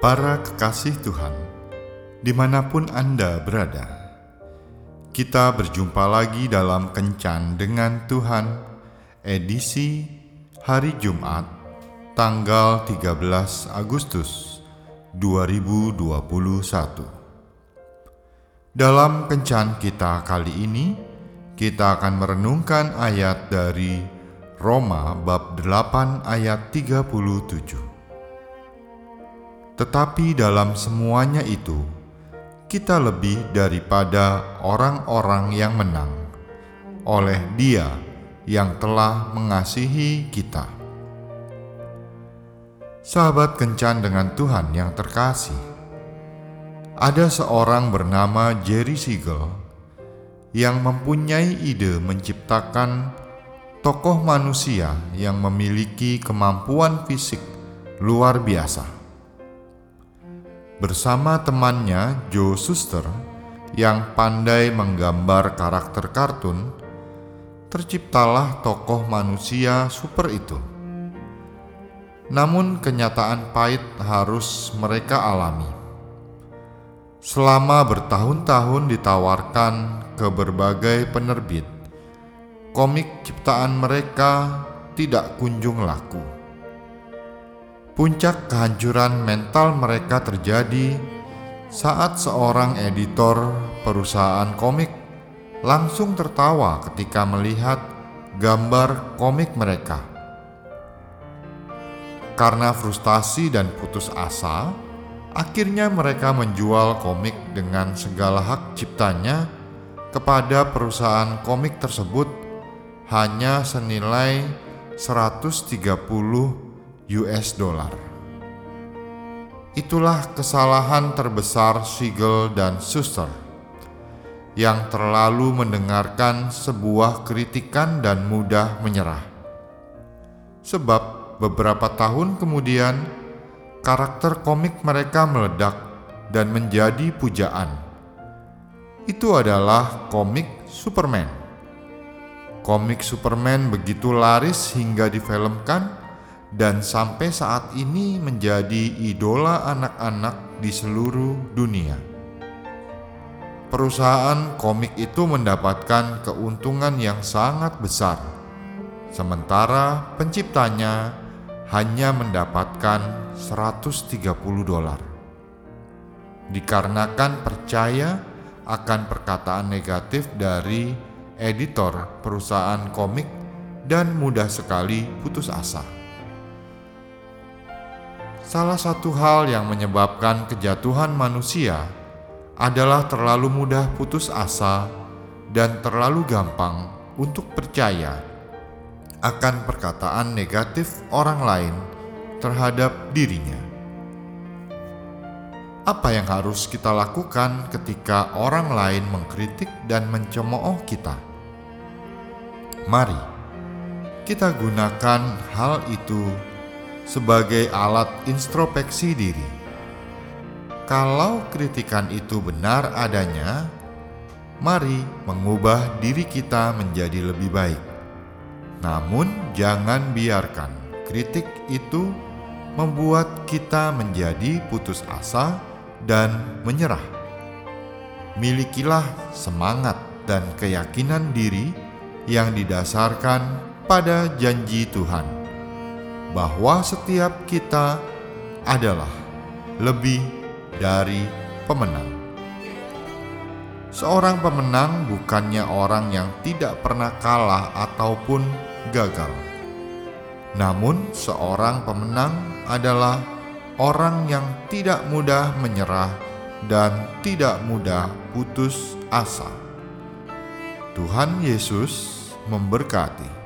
Para kekasih Tuhan, dimanapun Anda berada, kita berjumpa lagi dalam Kencan dengan Tuhan, edisi hari Jumat, tanggal 13 Agustus 2021. Dalam Kencan kita kali ini, kita akan merenungkan ayat dari Roma bab 8 ayat 37. Tetapi dalam semuanya itu, kita lebih daripada orang-orang yang menang, oleh Dia yang telah mengasihi kita. Sahabat Kencan dengan Tuhan yang terkasih, ada seorang bernama Jerry Siegel yang mempunyai ide menciptakan tokoh manusia yang memiliki kemampuan fisik luar biasa. Bersama temannya Joe Shuster yang pandai menggambar karakter kartun, terciptalah tokoh manusia super itu. Namun kenyataan pahit harus mereka alami. Selama bertahun-tahun ditawarkan ke berbagai penerbit, komik ciptaan mereka tidak kunjung laku. Puncak kehancuran mental mereka terjadi saat seorang editor perusahaan komik langsung tertawa ketika melihat gambar komik mereka. Karena frustasi dan putus asa, akhirnya mereka menjual komik dengan segala hak ciptanya kepada perusahaan komik tersebut hanya senilai $130. Itulah kesalahan terbesar Siegel dan Shuster, yang terlalu mendengarkan sebuah kritikan dan mudah menyerah. Sebab beberapa tahun kemudian, karakter komik mereka meledak dan menjadi pujaan. Itu adalah komik Superman. Komik Superman begitu laris hingga difilmkan dan sampai saat ini menjadi idola anak-anak di seluruh dunia. Perusahaan komik itu mendapatkan keuntungan yang sangat besar, sementara penciptanya hanya mendapatkan $130. Dikarenakan percaya akan perkataan negatif dari editor perusahaan komik dan mudah sekali putus asa. Salah satu hal yang menyebabkan kejatuhan manusia adalah terlalu mudah putus asa dan terlalu gampang untuk percaya akan perkataan negatif orang lain terhadap dirinya. Apa yang harus kita lakukan ketika orang lain mengkritik dan mencemooh kita? Mari kita gunakan hal itu sebagai alat introspeksi diri. Kalau kritikan itu benar adanya, mari mengubah diri kita menjadi lebih baik. Namun jangan biarkan kritik itu membuat kita menjadi putus asa dan menyerah. Milikilah semangat dan keyakinan diri yang didasarkan pada janji Tuhan, bahwa setiap kita adalah lebih dari pemenang. Seorang pemenang bukannya orang yang tidak pernah kalah ataupun gagal. Namun seorang pemenang adalah orang yang tidak mudah menyerah dan tidak mudah putus asa. Tuhan Yesus memberkati.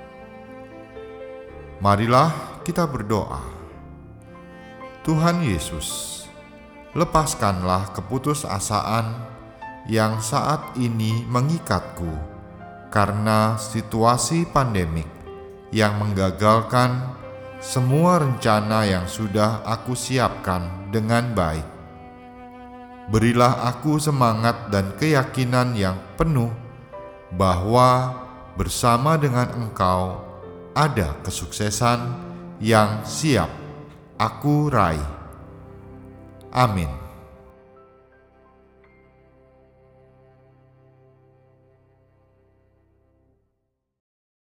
Marilah kita berdoa. Tuhan Yesus, lepaskanlah keputusasaan yang saat ini mengikatku karena situasi pandemik yang menggagalkan semua rencana yang sudah aku siapkan dengan baik. Berilah aku semangat dan keyakinan yang penuh bahwa bersama dengan Engkau ada kesuksesan yang siap aku raih. Amin.